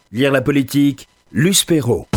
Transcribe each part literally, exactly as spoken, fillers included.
Lire la politique, Luce Perrault.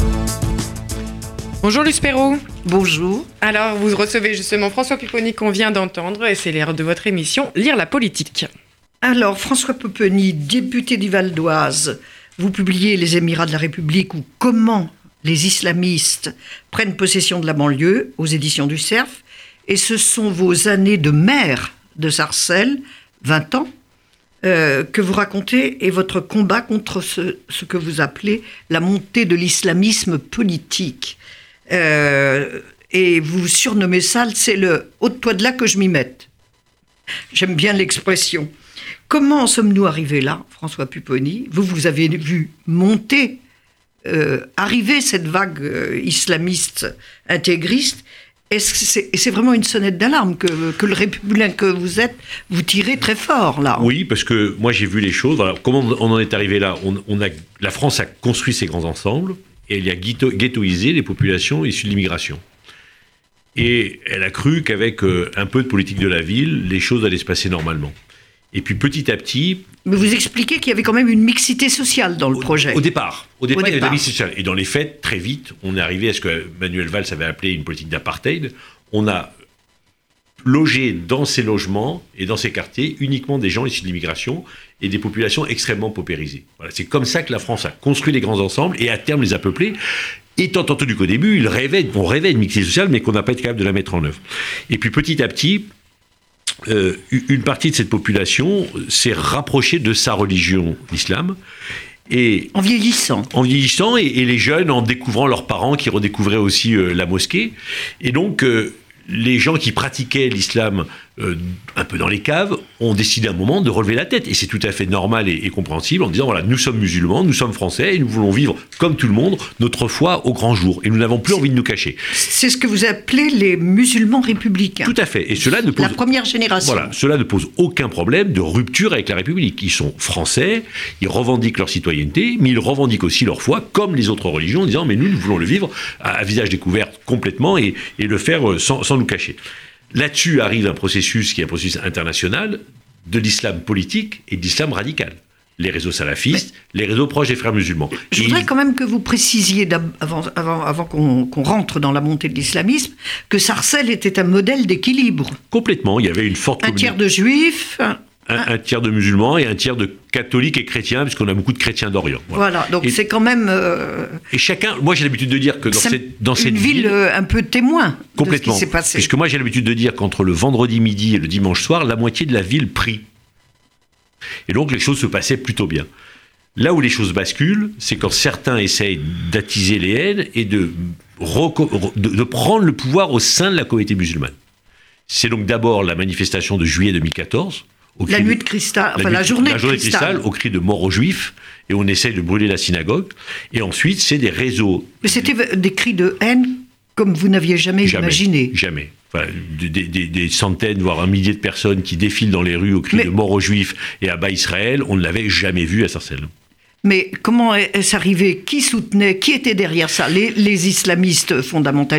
Bonjour Luce Perrault. Bonjour. Alors, vous recevez justement François Pupponi qu'on vient d'entendre et c'est l'heure de votre émission Lire la politique. Alors, François Pupponi, député du Val d'Oise, vous publiez Les Émirats de la République ou Comment les islamistes prennent possession de la banlieue aux éditions du Cerf. Et ce sont vos années de maire de Sarcelles, vingt ans, euh, que vous racontez et votre combat contre ce, ce que vous appelez la montée de l'islamisme politique. Euh, et vous surnommez ça, c'est le « haut de toi de là que je m'y mette ». J'aime bien l'expression. Comment en sommes-nous arrivés là, François Pupponi ? Vous, vous avez vu monter, euh, arriver cette vague euh, islamiste intégriste. Est-ce que c'est, c'est vraiment une sonnette d'alarme que, que le républicain que vous êtes, vous tirez très fort là ? Oui, parce que moi j'ai vu les choses. Alors, comment on en est arrivé là ? on, on a, La France a construit ses grands ensembles et elle a ghetto, ghettoisé les populations issues de l'immigration. Et elle a cru qu'avec euh, un peu de politique de la ville, les choses allaient se passer normalement. Et puis petit à petit... Mais vous expliquez qu'il y avait quand même une mixité sociale dans le au, projet. Au départ. Au départ, au il y avait de la départ. mixité sociale. Et dans les faits, très vite, on est arrivé à ce que Manuel Valls avait appelé une politique d'apartheid. On a logé dans ces logements et dans ces quartiers uniquement des gens issus de l'immigration et des populations extrêmement paupérisées. Voilà, c'est comme ça que la France a construit les grands ensembles et à terme les a peuplés. Étant entendu qu'au début, il rêvait, on rêvait de mixité sociale, mais qu'on n'a pas été capable de la mettre en œuvre. Et puis petit à petit... Euh, une partie de cette population s'est rapprochée de sa religion, l'islam. Et en vieillissant. En vieillissant, et, et les jeunes en découvrant leurs parents qui redécouvraient aussi euh, la mosquée. Et donc, euh, les gens qui pratiquaient l'islam euh, un peu dans les caves ont décidé à un moment de relever la tête. Et c'est tout à fait normal et, et compréhensible en disant, voilà, nous sommes musulmans, nous sommes français, et nous voulons vivre, comme tout le monde, notre foi au grand jour. Et nous n'avons plus envie de nous cacher. C'est ce que vous appelez les musulmans républicains. Tout à fait. Et cela ne pose... La première génération. Voilà, cela ne pose aucun problème de rupture avec la République. Ils sont français, ils revendiquent leur citoyenneté, mais ils revendiquent aussi leur foi, comme les autres religions, en disant, mais nous, nous voulons le vivre à, à visage découvert complètement et, et le faire sans, sans nous cacher. Là-dessus arrive un processus qui est un processus international de l'islam politique et de l'islam radical. Les réseaux salafistes, mais les réseaux proches des frères musulmans. Je et voudrais il... quand même que vous précisiez, avant, avant, avant qu'on, qu'on rentre dans la montée de l'islamisme, que Sarcelles était un modèle d'équilibre. Complètement, il y avait une forte... Un communauté. tiers de juifs... Un, un tiers de musulmans et un tiers de catholiques et chrétiens, puisqu'on a beaucoup de chrétiens d'Orient. Voilà, voilà donc et, c'est quand même... Euh, et chacun... Moi, j'ai l'habitude de dire que dans cette, dans une cette ville... Une ville un peu témoin complètement, de ce qui s'est passé. Puisque moi, j'ai l'habitude de dire qu'entre le vendredi midi et le dimanche soir, la moitié de la ville prie. Et donc, les choses se passaient plutôt bien. Là où les choses basculent, c'est quand certains essayent d'attiser les haines et de, reco- de, de prendre le pouvoir au sein de la communauté musulmane. C'est donc d'abord la manifestation de juillet deux mille quatorze... La nuit de cristal, enfin la, la, journée, la journée de cristal. cristal, au cri de mort aux juifs, et on essaye de brûler la synagogue. Et ensuite, c'est des réseaux. Mais c'était des cris de haine comme vous n'aviez jamais, jamais imaginé. Jamais. Enfin, des, des, des centaines, voire un millier de personnes qui défilent dans les rues au cri Mais... de mort aux juifs et à bas Israël, on ne l'avait jamais vu à Sarcelles. Mais comment est-ce arrivé ? Qui soutenait ? Qui était derrière ça ? les, les islamistes fondamentalistes ?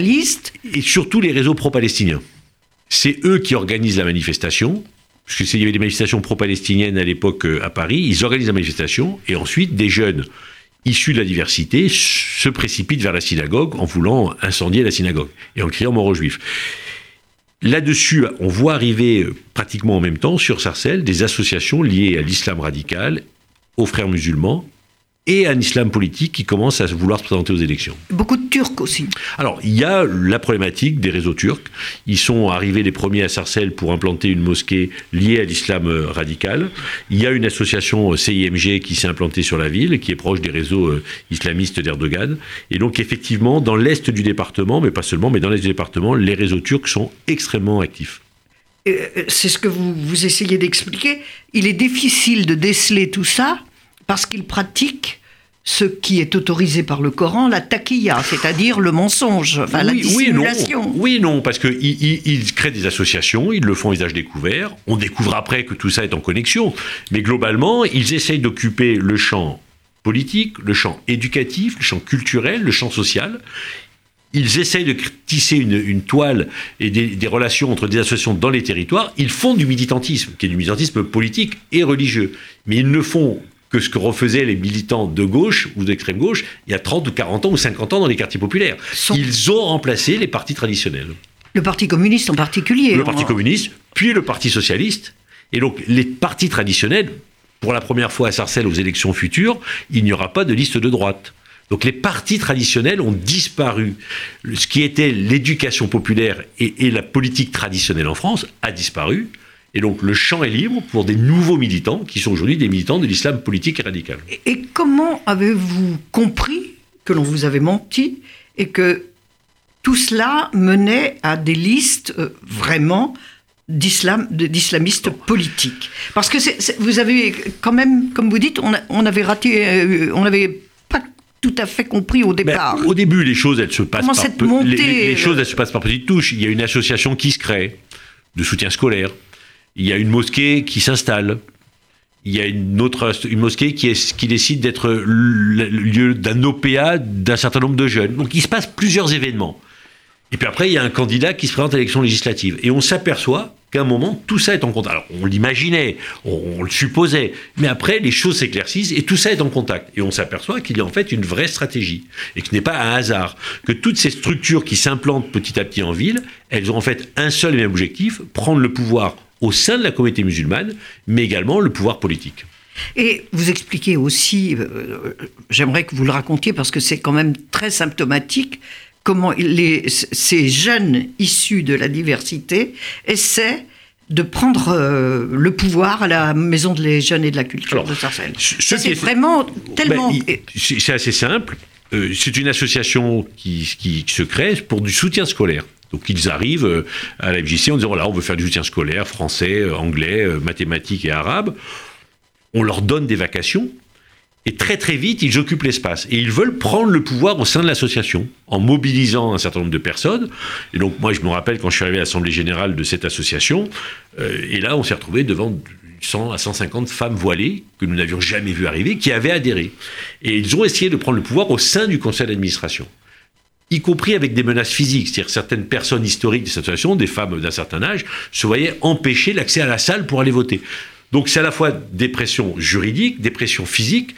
Et surtout les réseaux pro-palestiniens. C'est eux qui organisent la manifestation. Parce qu'il y avait des manifestations pro-palestiniennes à l'époque à Paris, ils organisent la manifestation, et ensuite des jeunes issus de la diversité se précipitent vers la synagogue en voulant incendier la synagogue, et en criant mort aux juifs. Là-dessus, on voit arriver pratiquement en même temps, sur Sarcelles, des associations liées à l'islam radical, aux frères musulmans, et un islam politique qui commence à vouloir se présenter aux élections. Beaucoup de Turcs aussi. Alors, il y a la problématique des réseaux turcs. Ils sont arrivés les premiers à Sarcelles pour implanter une mosquée liée à l'islam radical. Il y a une association C I M G qui s'est implantée sur la ville, qui est proche des réseaux islamistes d'Erdogan. Et donc, effectivement, dans l'est du département, mais pas seulement, mais dans l'est du département, les réseaux turcs sont extrêmement actifs. C'est ce que vous, vous essayez d'expliquer. Il est difficile de déceler tout ça parce qu'ils pratiquent ce qui est autorisé par le Coran, la taqiyya, c'est-à-dire le mensonge, enfin, oui, la dissimulation. Oui non, oui, non parce qu'ils ils, ils créent des associations, ils le font à visage découvert, on découvre après que tout ça est en connexion, mais globalement, ils essayent d'occuper le champ politique, le champ éducatif, le champ culturel, le champ social. Ils essayent de tisser une, une toile et des, des relations entre des associations dans les territoires. Ils font du militantisme, qui est du militantisme politique et religieux, mais ils ne font que ce que refaisaient les militants de gauche ou d'extrême gauche il y a trente ou quarante ans ou cinquante ans dans les quartiers populaires. Sont... Ils ont remplacé les partis traditionnels. Le Parti communiste en particulier. Le Parti communiste, puis le Parti socialiste. Et donc, les partis traditionnels, pour la première fois à Sarcelles aux élections futures, il n'y aura pas de liste de droite. Donc, les partis traditionnels ont disparu. Ce qui était l'éducation populaire et, et la politique traditionnelle en France a disparu. Et donc, le champ est libre pour des nouveaux militants, qui sont aujourd'hui des militants de l'islam politique et radical. Et, et comment avez-vous compris que l'on vous avait menti et que tout cela menait à des listes euh, vraiment... D'islam, d'islamistes politiques. Parce que c'est, c'est, vous avez quand même, comme vous dites, on, a, on avait raté, euh, on n'avait pas tout à fait compris au départ. Ben, au début, les choses, elles se passent Comment par cette montée, les, les, les choses, euh... elles se passent par petites touches. Il y a une association qui se crée de soutien scolaire. Il y a une mosquée qui s'installe. Il y a une autre une mosquée qui, est, qui décide d'être le lieu d'un O P A d'un certain nombre de jeunes. Donc, il se passe plusieurs événements. Et puis après, il y a un candidat qui se présente à l'élection législative. Et on s'aperçoit qu'à un moment, tout ça est en contact. Alors, on l'imaginait, on, on le supposait, mais après, les choses s'éclaircissent et tout ça est en contact. Et on s'aperçoit qu'il y a en fait une vraie stratégie et que ce n'est pas un hasard. Que toutes ces structures qui s'implantent petit à petit en ville, elles ont en fait un seul et même objectif, prendre le pouvoir au sein de la communauté musulmane, mais également le pouvoir politique. Et vous expliquez aussi, euh, j'aimerais que vous le racontiez parce que c'est quand même très symptomatique, comment les, ces jeunes issus de la diversité essaient de prendre euh, le pouvoir à la Maison des Jeunes et de la Culture Alors, de Sarcelles. Ça, c'est est, vraiment tellement... Ben, il, c'est assez simple. Euh, c'est une association qui, qui, qui se crée pour du soutien scolaire. Donc ils arrivent à la F J C en disant, voilà, on veut faire du soutien scolaire, français, anglais, mathématiques et arabe. On leur donne des vacations. Et très très vite, ils occupent l'espace. Et ils veulent prendre le pouvoir au sein de l'association, en mobilisant un certain nombre de personnes. Et donc moi, je me rappelle quand je suis arrivé à l'Assemblée Générale de cette association, euh, et là, on s'est retrouvé devant cent à cent cinquante femmes voilées, que nous n'avions jamais vues arriver, qui avaient adhéré. Et ils ont essayé de prendre le pouvoir au sein du conseil d'administration, y compris avec des menaces physiques. C'est-à-dire certaines personnes historiques de cette association, des femmes d'un certain âge, se voyaient empêcher l'accès à la salle pour aller voter. Donc c'est à la fois des pressions juridiques, des pressions physiques,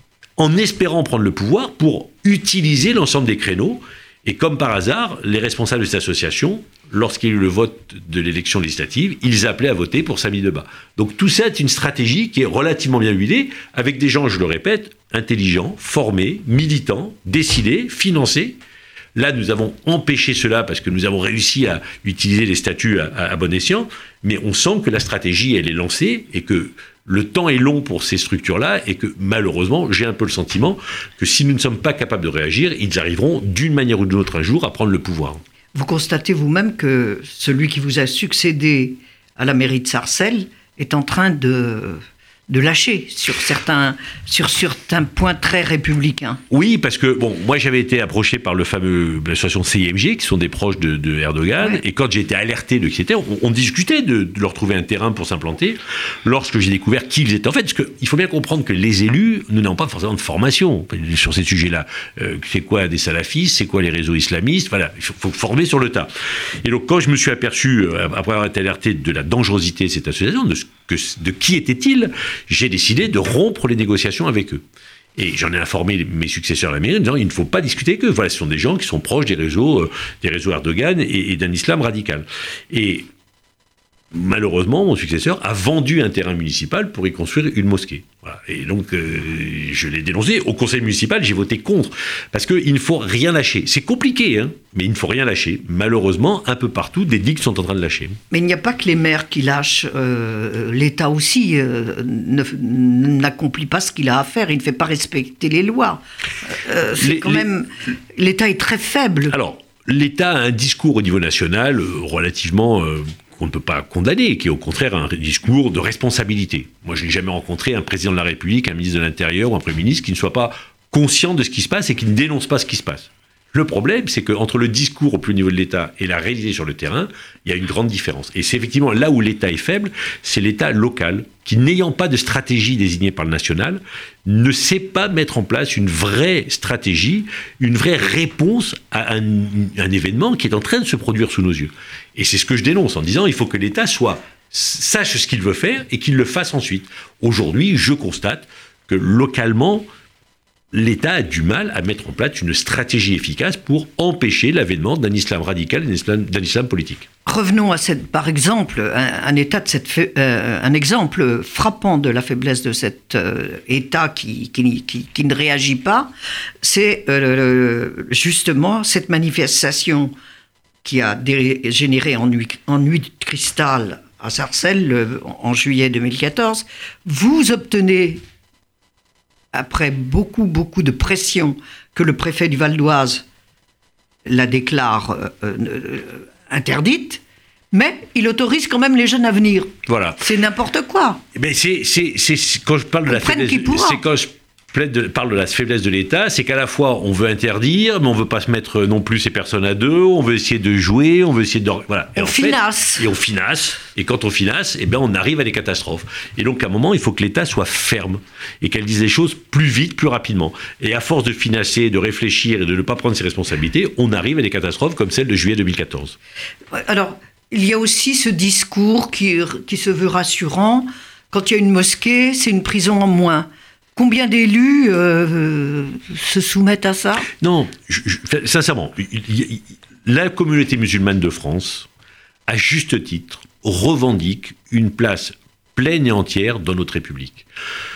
en espérant prendre le pouvoir pour utiliser l'ensemble des créneaux. Et comme par hasard, les responsables de cette association, lorsqu'il y a eu le vote de l'élection législative, ils appelaient à voter pour Samy Debat. Donc tout ça est une stratégie qui est relativement bien huilée, avec des gens, je le répète, intelligents, formés, militants, décidés, financés. Là, nous avons empêché cela parce que nous avons réussi à utiliser les statuts à, à, à bon escient, mais on sent que la stratégie, elle est lancée et que le temps est long pour ces structures-là et que malheureusement, j'ai un peu le sentiment que si nous ne sommes pas capables de réagir, ils arriveront d'une manière ou d'une autre un jour à prendre le pouvoir. Vous constatez vous-même que celui qui vous a succédé à la mairie de Sarcelles est en train de... de lâcher sur certains, sur certains points très républicains. Oui, parce que, bon, moi j'avais été approché par le fameux, l'association C I M G, qui sont des proches de, de Erdogan, ouais. Et quand j'ai été alerté de qui c'était, on, on discutait de, de leur trouver un terrain pour s'implanter, lorsque j'ai découvert qui ils étaient. En fait, parce qu'il faut bien comprendre que les élus, nous n'avons pas forcément de formation sur ces sujets-là. Euh, c'est quoi des salafistes, c'est quoi les réseaux islamistes, voilà, il faut, faut former sur le tas. Et donc, quand je me suis aperçu, après avoir été alerté de la dangerosité de cette association, de, ce que, de qui était-il, j'ai décidé de rompre les négociations avec eux. Et j'en ai informé mes successeurs à la mairie en disant il ne faut pas discuter avec eux. Voilà, ce sont des gens qui sont proches des réseaux, euh, des réseaux Erdogan et, et d'un islam radical. Et malheureusement, mon successeur a vendu un terrain municipal pour y construire une mosquée. Voilà. Et donc, euh, je l'ai dénoncé. Au conseil municipal, j'ai voté contre. Parce qu'il ne faut rien lâcher. C'est compliqué, hein, mais il ne faut rien lâcher. Malheureusement, un peu partout, des digues sont en train de lâcher. Mais il n'y a pas que les maires qui lâchent. Euh, L'État aussi euh, ne, n'accomplit pas ce qu'il a à faire. Il ne fait pas respecter les lois. Euh, c'est les, quand les... même... L'État est très faible. Alors, l'État a un discours au niveau national euh, relativement... Euh, qu'on ne peut pas condamner, qui est au contraire un discours de responsabilité. Moi, je n'ai jamais rencontré un président de la République, un ministre de l'Intérieur ou un Premier ministre qui ne soit pas conscient de ce qui se passe et qui ne dénonce pas ce qui se passe. Le problème, c'est qu'entre le discours au plus haut niveau de l'État et la réalité sur le terrain, il y a une grande différence. Et c'est effectivement là où l'État est faible, c'est l'État local, qui n'ayant pas de stratégie désignée par le national, ne sait pas mettre en place une vraie stratégie, une vraie réponse à un, un événement qui est en train de se produire sous nos yeux. Et c'est ce que je dénonce en disant il faut que l'État soit, sache ce qu'il veut faire et qu'il le fasse ensuite. Aujourd'hui, je constate que localement, l'État a du mal à mettre en place une stratégie efficace pour empêcher l'avènement d'un islam radical, d'un islam, d'un islam politique. Revenons à cette, par exemple, un, un état de cette, euh, un exemple frappant de la faiblesse de cet euh, État qui, qui, qui, qui ne réagit pas, c'est euh, justement cette manifestation qui a dégénéré en nuit, en nuit de cristal à Sarcelles le, en juillet deux mille quatorze. Vous obtenez, après beaucoup, beaucoup de pression, que le préfet du Val d'Oise la déclare euh, euh, interdite, mais il autorise quand même les jeunes à venir. Voilà. C'est n'importe quoi. Mais c'est, c'est, c'est, c'est quand je parle de la faiblesse, c'est quand je de, parle de la faiblesse de l'État, c'est qu'à la fois on veut interdire, mais on veut pas se mettre non plus ces personnes à deux, on veut essayer de jouer, on veut essayer de voilà. Et on finasse. Et on finasse. Et quand on finasse, eh ben on arrive à des catastrophes. Et donc à un moment, il faut que l'État soit ferme et qu'elle dise les choses plus vite, plus rapidement. Et à force de financer, de réfléchir et de ne pas prendre ses responsabilités, on arrive à des catastrophes comme celle de juillet deux mille quatorze. Alors, il y a aussi ce discours qui, qui se veut rassurant. Quand il y a une mosquée, c'est une prison en moins. Combien d'élus euh, se soumettent à ça ? Non, je, je, sincèrement, la communauté musulmane de France, à juste titre, revendique une place pleine et entière dans notre République.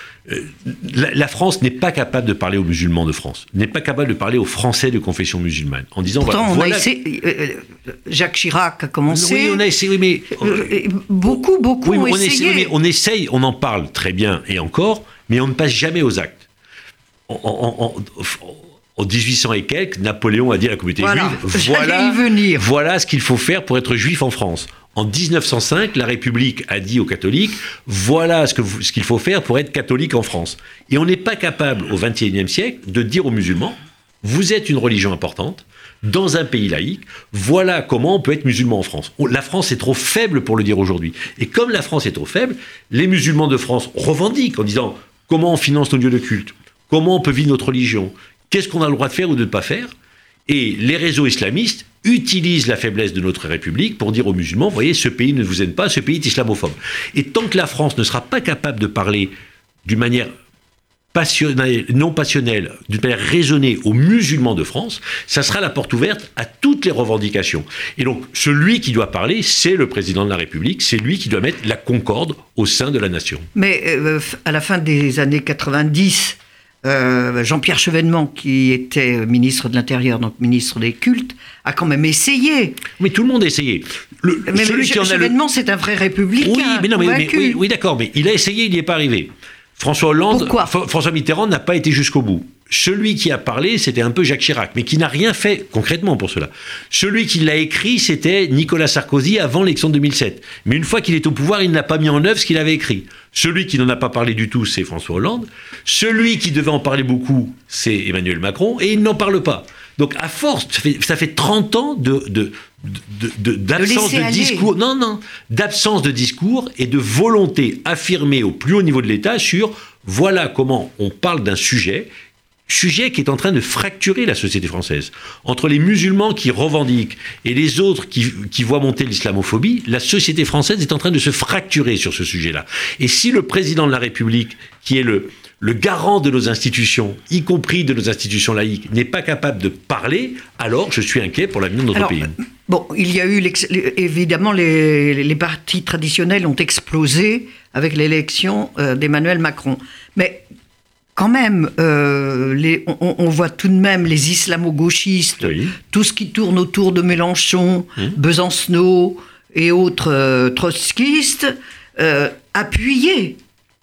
La, la France n'est pas capable de parler aux musulmans de France, n'est pas capable de parler aux Français de confession musulmane, en disant... Pourtant, voilà, on a essayé, euh, Jacques Chirac a commencé... Oui, on a essayé, oui, mais... Euh, beaucoup, beaucoup oui, ont on essayé. Essaie, oui, mais on essaye, on en parle très bien, et encore, mais on ne passe jamais aux actes. En, en, en, en dix-huit cents et quelques, Napoléon a dit à la communauté voilà, juive, voilà, y venir. voilà ce qu'il faut faire pour être juif en France. En dix-neuf cent cinq, la République a dit aux catholiques, voilà ce, que vous, ce qu'il faut faire pour être catholique en France. Et on n'est pas capable, au vingt et unième siècle, de dire aux musulmans, vous êtes une religion importante, dans un pays laïque, voilà comment on peut être musulman en France. La France est trop faible pour le dire aujourd'hui. Et comme la France est trop faible, les musulmans de France revendiquent en disant, comment on finance nos lieux de culte ? Comment on peut vivre notre religion ? Qu'est-ce qu'on a le droit de faire ou de ne pas faire ? Et les réseaux islamistes utilisent la faiblesse de notre République pour dire aux musulmans, voyez, ce pays ne vous aime pas, ce pays est islamophobe. Et tant que la France ne sera pas capable de parler d'une manière passionnelle, non passionnelle, d'une manière raisonnée aux musulmans de France, ça sera la porte ouverte à toutes les revendications. Et donc, celui qui doit parler, c'est le président de la République, c'est lui qui doit mettre la concorde au sein de la nation. Mais euh, à la fin des années quatre-vingt-dix, Euh, Jean-Pierre Chevènement, qui était ministre de l'Intérieur, donc ministre des Cultes, a quand même essayé. Mais tout le monde a essayé. Le, mais celui qui Chevènement, le... c'est un vrai républicain. Oui, mais non, mais, mais, oui, oui, d'accord, mais il a essayé, il n'y est pas arrivé. François Hollande, Pourquoi F- François Mitterrand n'a pas été jusqu'au bout. Celui qui a parlé, c'était un peu Jacques Chirac, mais qui n'a rien fait concrètement pour cela. Celui qui l'a écrit, c'était Nicolas Sarkozy avant l'élection de deux mille sept. Mais une fois qu'il est au pouvoir, il n'a pas mis en œuvre ce qu'il avait écrit. Celui qui n'en a pas parlé du tout, c'est François Hollande. Celui qui devait en parler beaucoup, c'est Emmanuel Macron, et il n'en parle pas. Donc, à force, ça fait, ça fait trente ans de, de, de, de, d'absence de, de discours. Non, non, d'absence de discours et de volonté affirmée au plus haut niveau de l'État sur voilà comment on parle d'un sujet. Sujet qui est en train de fracturer la société française. Entre les musulmans qui revendiquent et les autres qui, qui voient monter l'islamophobie, la société française est en train de se fracturer sur ce sujet-là. Et si le président de la République, qui est le, le garant de nos institutions, y compris de nos institutions laïques, n'est pas capable de parler, alors je suis inquiet pour l'avenir de notre alors, pays. Bon, il y a eu, évidemment, les, les partis traditionnels ont explosé avec l'élection euh, d'Emmanuel Macron. Mais quand même, euh, les, on, on voit tout de même les islamo-gauchistes, oui. Tout ce qui tourne autour de Mélenchon, mmh. Besancenot et autres euh, trotskistes, euh, appuyer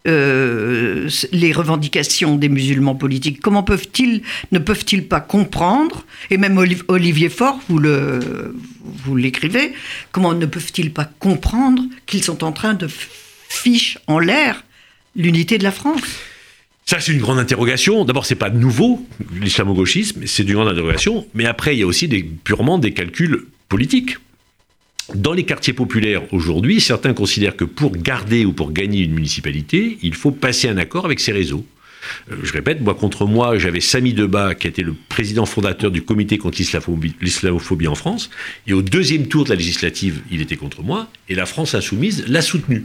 euh, les revendications des musulmans politiques. Comment peuvent-ils, ne peuvent-ils pas comprendre, et même Olivier Faure, vous, le, vous l'écrivez, comment ne peuvent-ils pas comprendre qu'ils sont en train de ficher en l'air l'unité de la France ? Ça, c'est une grande interrogation. D'abord, c'est pas nouveau, l'islamo-gauchisme, c'est une grande interrogation. Mais après, il y a aussi des, purement des calculs politiques. Dans les quartiers populaires, aujourd'hui, certains considèrent que pour garder ou pour gagner une municipalité, il faut passer un accord avec ces réseaux. Euh, je répète, moi, contre moi, j'avais Samy Debat, qui était le président fondateur du comité contre l'islamophobie, l'islamophobie en France. Et au deuxième tour de la législative, il était contre moi. Et la France insoumise l'a soutenu.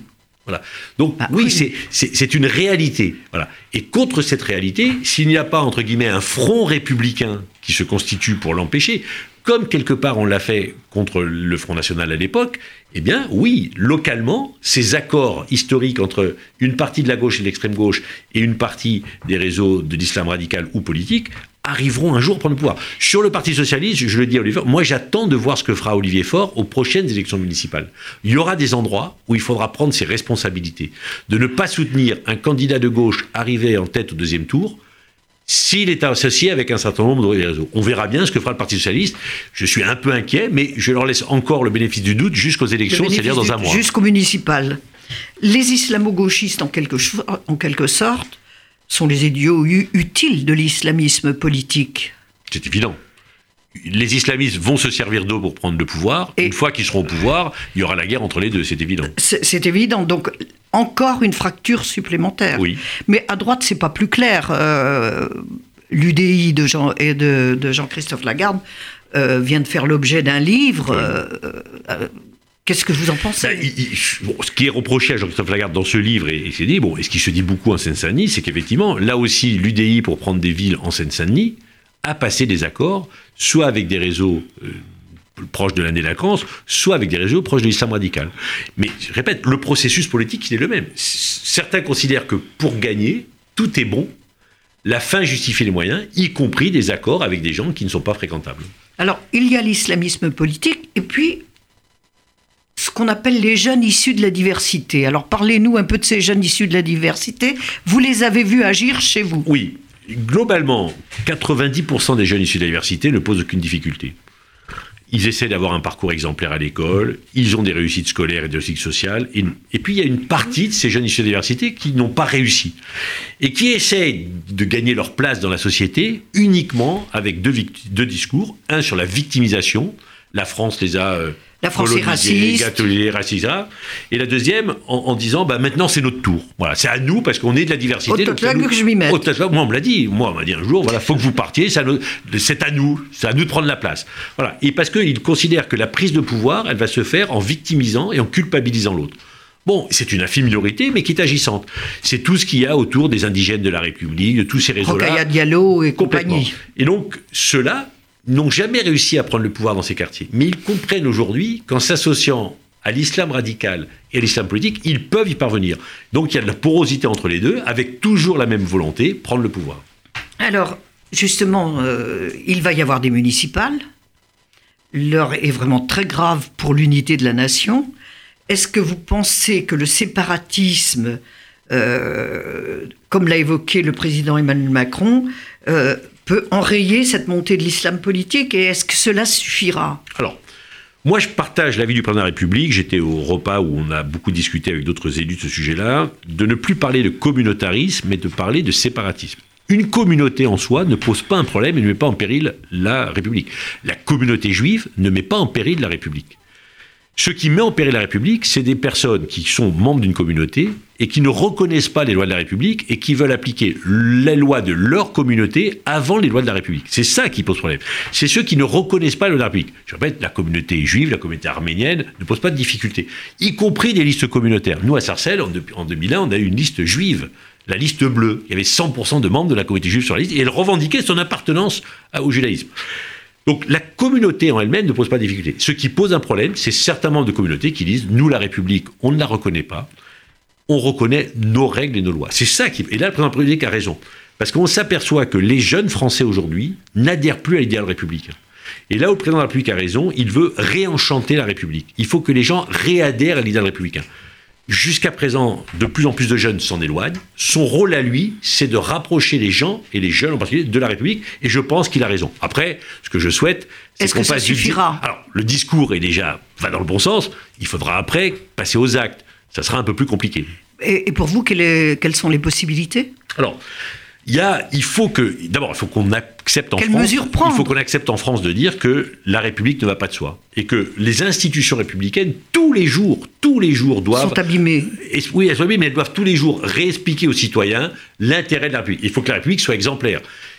Voilà. Donc ah, oui, oui. C'est, c'est, c'est une réalité. Voilà. Et contre cette réalité, s'il n'y a pas, entre guillemets, un front républicain qui se constitue pour l'empêcher, comme quelque part on l'a fait contre le Front National à l'époque, eh bien oui, localement, ces accords historiques entre une partie de la gauche et de l'extrême gauche et une partie des réseaux de l'islam radical ou politique arriveront un jour à prendre le pouvoir. Sur le Parti Socialiste, je le dis à Olivier Faure, moi j'attends de voir ce que fera Olivier Faure aux prochaines élections municipales. Il y aura des endroits où il faudra prendre ses responsabilités, de ne pas soutenir un candidat de gauche arrivé en tête au deuxième tour, s'il est associé avec un certain nombre de réseaux. On verra bien ce que fera le Parti Socialiste. Je suis un peu inquiet, mais je leur laisse encore le bénéfice du doute jusqu'aux élections, c'est-à-dire dans un mois. Jusqu'aux municipales. Les islamo-gauchistes, en quelque, en quelque sorte, sont les idiots utiles de l'islamisme politique. C'est évident. Les islamistes vont se servir d'eux pour prendre le pouvoir. Et une fois qu'ils seront au pouvoir, il y aura la guerre entre les deux, c'est évident. C'est, c'est évident. Donc, encore une fracture supplémentaire. Oui. Mais à droite, c'est pas plus clair. Euh, L'U D I de, Jean, et de, de Jean-Christophe Lagarde euh, vient de faire l'objet d'un livre. Oui. Euh, euh, Qu'est-ce que vous en pensez ? Ben, il, il, bon, ce qui est reproché à Jean-Christophe Lagarde dans ce livre, et, et, c'est dit, bon, et ce qui se dit beaucoup en Seine-Saint-Denis, c'est qu'effectivement, là aussi, l'U D I, pour prendre des villes en Seine-Saint-Denis, a passé des accords, soit avec des réseaux euh, proches de la délinquance, soit avec des réseaux proches de l'islam radical. Mais, je répète, le processus politique, il est le même. Certains considèrent que pour gagner, tout est bon, la fin justifie les moyens, y compris des accords avec des gens qui ne sont pas fréquentables. Alors, il y a l'islamisme politique, et puis ce qu'on appelle les jeunes issus de la diversité. Alors, parlez-nous un peu de ces jeunes issus de la diversité. Vous les avez vus agir chez vous ? Oui. Globalement, quatre-vingt-dix pour cent des jeunes issus de la diversité ne posent aucune difficulté. Ils essaient d'avoir un parcours exemplaire à l'école, ils ont des réussites scolaires et des réussites sociales, et, et puis il y a une partie de ces jeunes issus de la diversité qui n'ont pas réussi, et qui essaient de gagner leur place dans la société uniquement avec deux, deux discours, un sur la victimisation, la France les a... Euh, La France est raciste. Gâtelés, raciste. Et la deuxième, en, en disant, bah, maintenant c'est notre tour. Voilà, c'est à nous parce qu'on est de la diversité. Au total que je m'y mette. Au total, moi on me l'a dit. Moi on m'a dit un jour, voilà, faut que vous partiez. C'est à, nous, c'est à nous. C'est à nous de prendre la place. Voilà. Et parce qu'ils considèrent que la prise de pouvoir, elle va se faire en victimisant et en culpabilisant l'autre. Bon, c'est une infime minorité, mais qui est agissante. C'est tout ce qu'il y a autour des indigènes de la République, de tous ces réseaux-là. Rokhaya Diallo et compagnie. Et donc, ceux-là n'ont jamais réussi à prendre le pouvoir dans ces quartiers. Mais ils comprennent aujourd'hui qu'en s'associant à l'islam radical et à l'islam politique, ils peuvent y parvenir. Donc il y a de la porosité entre les deux, avec toujours la même volonté, prendre le pouvoir. Alors, justement, euh, il va y avoir des municipales. L'heure est vraiment très grave pour l'unité de la nation. Est-ce que vous pensez que le séparatisme, euh, comme l'a évoqué le président Emmanuel Macron, euh, peut enrayer cette montée de l'islam politique, et est-ce que cela suffira ? Alors, moi je partage l'avis du président de la République, j'étais au repas où on a beaucoup discuté avec d'autres élus de ce sujet-là, de ne plus parler de communautarisme, mais de parler de séparatisme. Une communauté en soi ne pose pas un problème et ne met pas en péril la République. La communauté juive ne met pas en péril la République. Ce qui met en péril la République, c'est des personnes qui sont membres d'une communauté et qui ne reconnaissent pas les lois de la République et qui veulent appliquer les lois de leur communauté avant les lois de la République. C'est ça qui pose problème. C'est ceux qui ne reconnaissent pas les lois de la République. Je répète, la communauté juive, la communauté arménienne ne pose pas de difficultés, y compris des listes communautaires. Nous, à Sarcelles, en deux mille un, on a eu une liste juive, la liste bleue. Il y avait cent pour cent de membres de la communauté juive sur la liste et elle revendiquait son appartenance au judaïsme. Donc la communauté en elle-même ne pose pas de difficulté. Ce qui pose un problème, c'est certains membres de communauté qui disent « nous, la République, on ne la reconnaît pas, on reconnaît nos règles et nos lois ». C'est ça qui... Et là, le président de la République a raison. Parce qu'on s'aperçoit que les jeunes Français aujourd'hui n'adhèrent plus à l'idéal républicain. Et là où le président de la République a raison, il veut réenchanter la République. Il faut que les gens réadhèrent à l'idéal républicain. Jusqu'à présent, de plus en plus de jeunes s'en éloignent. Son rôle à lui, c'est de rapprocher les gens, et les jeunes en particulier, de la République, et je pense qu'il a raison. Après, ce que je souhaite, c'est Est-ce qu'on que ça passe suffira ? du... Alors, le discours est déjà, va dans le bon sens, il faudra après passer aux actes. Ça sera un peu plus compliqué. Et, et pour vous, quelle est, quelles sont les possibilités ? Alors, il y a, il faut que, d'abord, il faut qu'on accepte en Quelle France, mesure prendre ? il faut qu'on accepte en France de dire que la République ne va pas de soi et que les institutions républicaines, tous les jours, tous les jours doivent sont abîmées. Et, oui, elles sont abîmées, mais elles doivent tous les jours réexpliquer aux citoyens l'intérêt de la République. Il faut que la République soit exemplaire.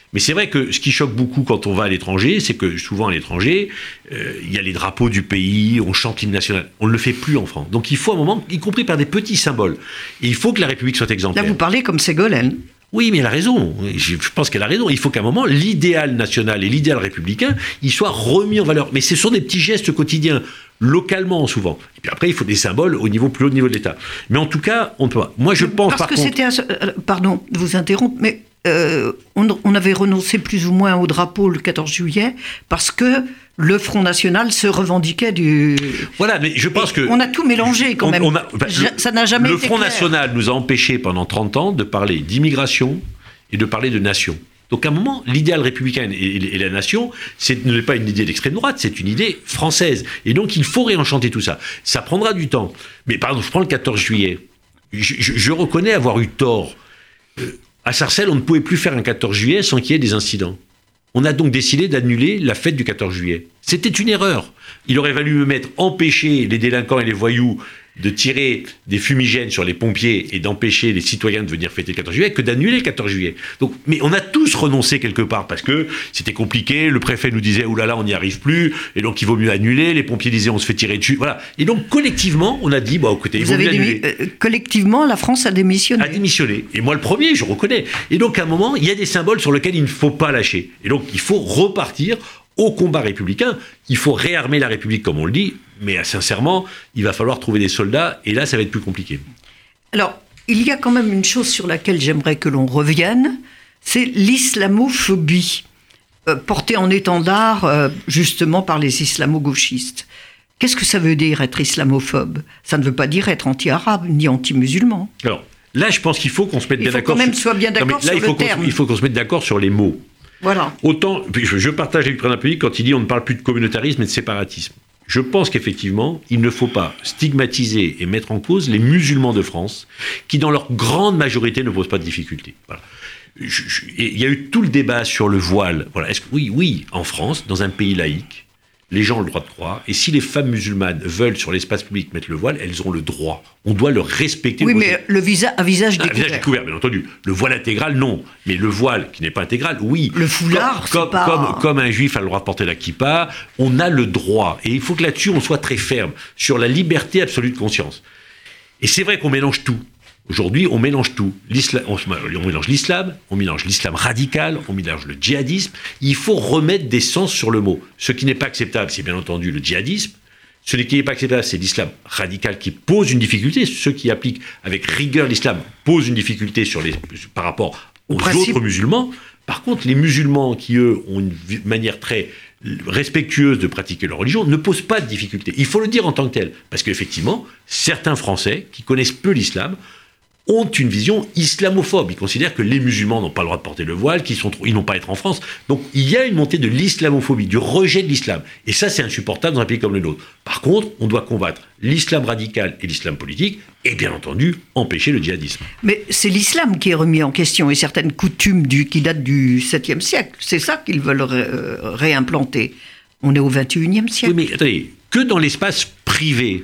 Mais c'est vrai que ce qui choque beaucoup quand on va à l'étranger, c'est que souvent à l'étranger, euh, il y a les drapeaux du pays, on chante l'hymne national. On ne le fait plus en France. Donc il faut un moment, y compris par des petits symboles. Et il faut que la République soit exemplaire. Là, vous parlez comme Ségolène. Oui, mais elle a raison. Je pense qu'elle a raison. Il faut qu'à un moment, l'idéal national et l'idéal républicain, ils soient remis en valeur. Mais ce sont des petits gestes quotidiens, localement souvent. Et puis après, il faut des symboles au niveau plus haut niveau de l'État. Mais en tout cas, on ne peut pas. Moi, je pense Parce par que contre... c'était... Un... Pardon de vous interrompre, mais euh, on, on avait renoncé plus ou moins au drapeau le quatorze juillet parce que le Front National se revendiquait du... Voilà, mais je pense que... On a tout mélangé quand on, même. on a, enfin, je, ça n'a jamais le été Front clair. National nous a empêchés pendant trente ans de parler d'immigration et de parler de nation. Donc à un moment, l'idéal républicain et, et, et la nation, ce n'est pas une idée d'extrême droite, c'est une idée française. Et donc il faut réenchanter tout ça. Ça prendra du temps. Mais par exemple, je prends le quatorze juillet. Je, je, je reconnais avoir eu tort. Euh, à Sarcelles, on ne pouvait plus faire un quatorze juillet sans qu'il y ait des incidents. On a donc décidé d'annuler la fête du quatorze juillet. C'était une erreur. Il aurait valu me mettre empêcher les délinquants et les voyous de tirer des fumigènes sur les pompiers et d'empêcher les citoyens de venir fêter le quatorze juillet que d'annuler le quatorze juillet. Donc, mais on a tous renoncé quelque part parce que c'était compliqué, le préfet nous disait « oulala, on n'y arrive plus », et donc il vaut mieux annuler, les pompiers disaient « on se fait tirer dessus », voilà. Et donc collectivement, on a dit « bon, écoutez, il Vous vaut avez mieux démi... annuler euh, ». Collectivement, la France a démissionné. A démissionné. Et moi le premier, je reconnais. Et donc à un moment, il y a des symboles sur lesquels il ne faut pas lâcher. Et donc il faut repartir au combat républicain. Il faut réarmer la République, comme on le dit, mais sincèrement, il va falloir trouver des soldats, et là, ça va être plus compliqué. Alors, il y a quand même une chose sur laquelle j'aimerais que l'on revienne, c'est l'islamophobie, euh, portée en étendard euh, justement par les islamo-gauchistes. Qu'est-ce que ça veut dire être islamophobe ? Ça ne veut pas dire être anti-arabe, ni anti-musulman. Alors, là, je pense qu'il faut qu'on se mette bien d'accord. Il faut quand même sur... soit bien d'accord non, là, sur il faut le terme. Il faut qu'on se mette d'accord sur les mots. Voilà. Autant, je partage avec le président République quand il dit on ne parle plus de communautarisme et de séparatisme. Je pense qu'effectivement, il ne faut pas stigmatiser et mettre en cause les musulmans de France, qui dans leur grande majorité ne posent pas de difficultés. Voilà. Je, je, il y a eu tout le débat sur le voile. Voilà. Est-ce que, oui, oui, en France, dans un pays laïque, les gens ont le droit de croire, et si les femmes musulmanes veulent sur l'espace public mettre le voile, elles ont le droit. On doit le respecter. Oui, mais le visa, un visage ah, découvert. Un visage découvert, bien entendu. Le voile intégral, non. Mais le voile qui n'est pas intégral, oui. Le foulard, comme, c'est pas... Comme, comme un juif a le droit de porter la kippa, on a le droit. Et il faut que là-dessus, on soit très ferme sur la liberté absolue de conscience. Et c'est vrai qu'on mélange tout. Aujourd'hui, on mélange tout. L'islam, on, on mélange l'islam, on mélange l'islam radical, on mélange le djihadisme. Il faut remettre des sens sur le mot. Ce qui n'est pas acceptable, c'est bien entendu le djihadisme. Ce qui n'est pas acceptable, c'est l'islam radical qui pose une difficulté. Ceux qui appliquent avec rigueur l'islam posent une difficulté sur les, par rapport aux principe... autres musulmans. Par contre, les musulmans qui, eux, ont une manière très respectueuse de pratiquer leur religion ne posent pas de difficulté. Il faut le dire en tant que tel. Parce qu'effectivement, certains Français qui connaissent peu l'islam ont une vision islamophobe. Ils considèrent que les musulmans n'ont pas le droit de porter le voile, qu'ils sont trop, ils n'ont pas à être en France. Donc il y a une montée de l'islamophobie, du rejet de l'islam. Et ça, c'est insupportable dans un pays comme le nôtre. Par contre, on doit combattre l'islam radical et l'islam politique, et bien entendu, empêcher le djihadisme. Mais c'est l'islam qui est remis en question, et certaines coutumes du, qui datent du septième siècle. C'est ça qu'ils veulent ré, euh, réimplanter. On est au vingt et unième siècle. Oui, mais attendez, que dans l'espace privé,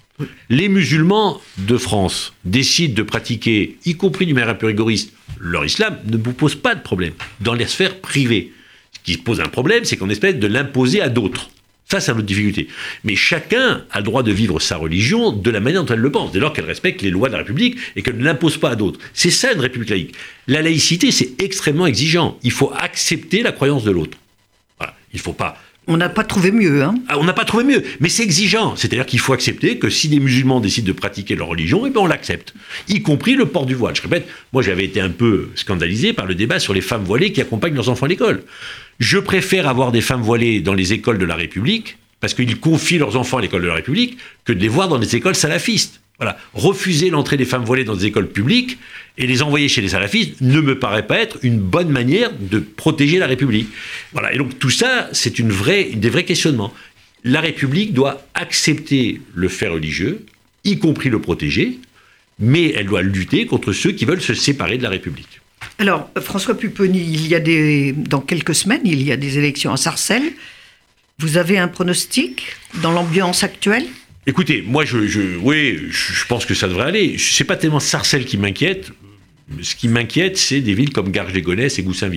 les musulmans de France décident de pratiquer, y compris d'une manière un peu rigoriste, leur islam, ne vous pose pas de problème dans les sphères privées. Ce qui pose un problème, c'est qu'on espère de l'imposer à d'autres. Ça, c'est une autre difficulté. Mais chacun a le droit de vivre sa religion de la manière dont elle le pense, dès lors qu'elle respecte les lois de la République et qu'elle ne l'impose pas à d'autres. C'est ça une République laïque. La laïcité, c'est extrêmement exigeant. Il faut accepter la croyance de l'autre. Voilà. Il ne faut pas... On n'a pas trouvé mieux, hein. Ah, on n'a pas trouvé mieux, mais c'est exigeant. C'est-à-dire qu'il faut accepter que si des musulmans décident de pratiquer leur religion, eh ben on l'accepte, y compris le port du voile. Je répète, moi j'avais été un peu scandalisé par le débat sur les femmes voilées qui accompagnent leurs enfants à l'école. Je préfère avoir des femmes voilées dans les écoles de la République, parce qu'ils confient leurs enfants à l'école de la République, que de les voir dans des écoles salafistes. Voilà. Refuser l'entrée des femmes voilées dans des écoles publiques et les envoyer chez les salafistes ne me paraît pas être une bonne manière de protéger la République. Voilà. Et donc tout ça, c'est une vraie, des vrais questionnements. La République doit accepter le fait religieux, y compris le protéger, mais elle doit lutter contre ceux qui veulent se séparer de la République. Alors, François Pupponi, il y a des, dans quelques semaines, il y a des élections à Sarcelles. Vous avez un pronostic dans l'ambiance actuelle ? Écoutez, moi, je, je, oui, je pense que ça devrait aller. C'est pas tellement Sarcelles qui m'inquiète. Ce qui m'inquiète, c'est des villes comme Garges-les-Gonesse et Goussainville. Hein.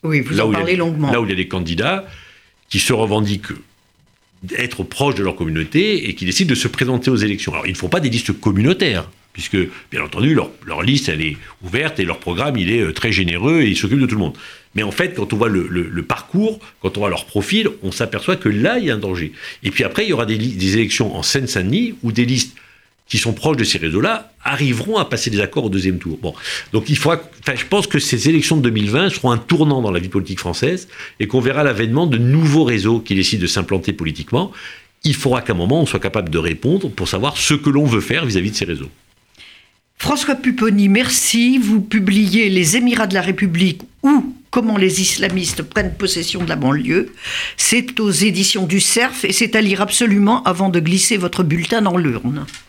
Oui, vous là en où parlez il y a, longuement. Là où il y a des candidats qui se revendiquent d'être proches de leur communauté et qui décident de se présenter aux élections. Alors, ils ne font pas des listes communautaires, puisque, bien entendu, leur, leur liste, elle est ouverte et leur programme, il est très généreux et ils s'occupent de tout le monde. Mais en fait, quand on voit le, le, le parcours, quand on voit leur profil, on s'aperçoit que là, il y a un danger. Et puis après, il y aura des, des élections en Seine-Saint-Denis où des listes qui sont proches de ces réseaux-là arriveront à passer des accords au deuxième tour. Bon, donc il faudra, enfin, je pense que ces élections de deux mille vingt seront un tournant dans la vie politique française et qu'on verra l'avènement de nouveaux réseaux qui décident de s'implanter politiquement. Il faudra qu'à un moment, on soit capable de répondre pour savoir ce que l'on veut faire vis-à-vis de ces réseaux. François Pupponi, merci. Vous publiez Les Émirats de la République ou Comment les islamistes prennent possession de la banlieue. C'est aux éditions du Cerf et c'est à lire absolument avant de glisser votre bulletin dans l'urne.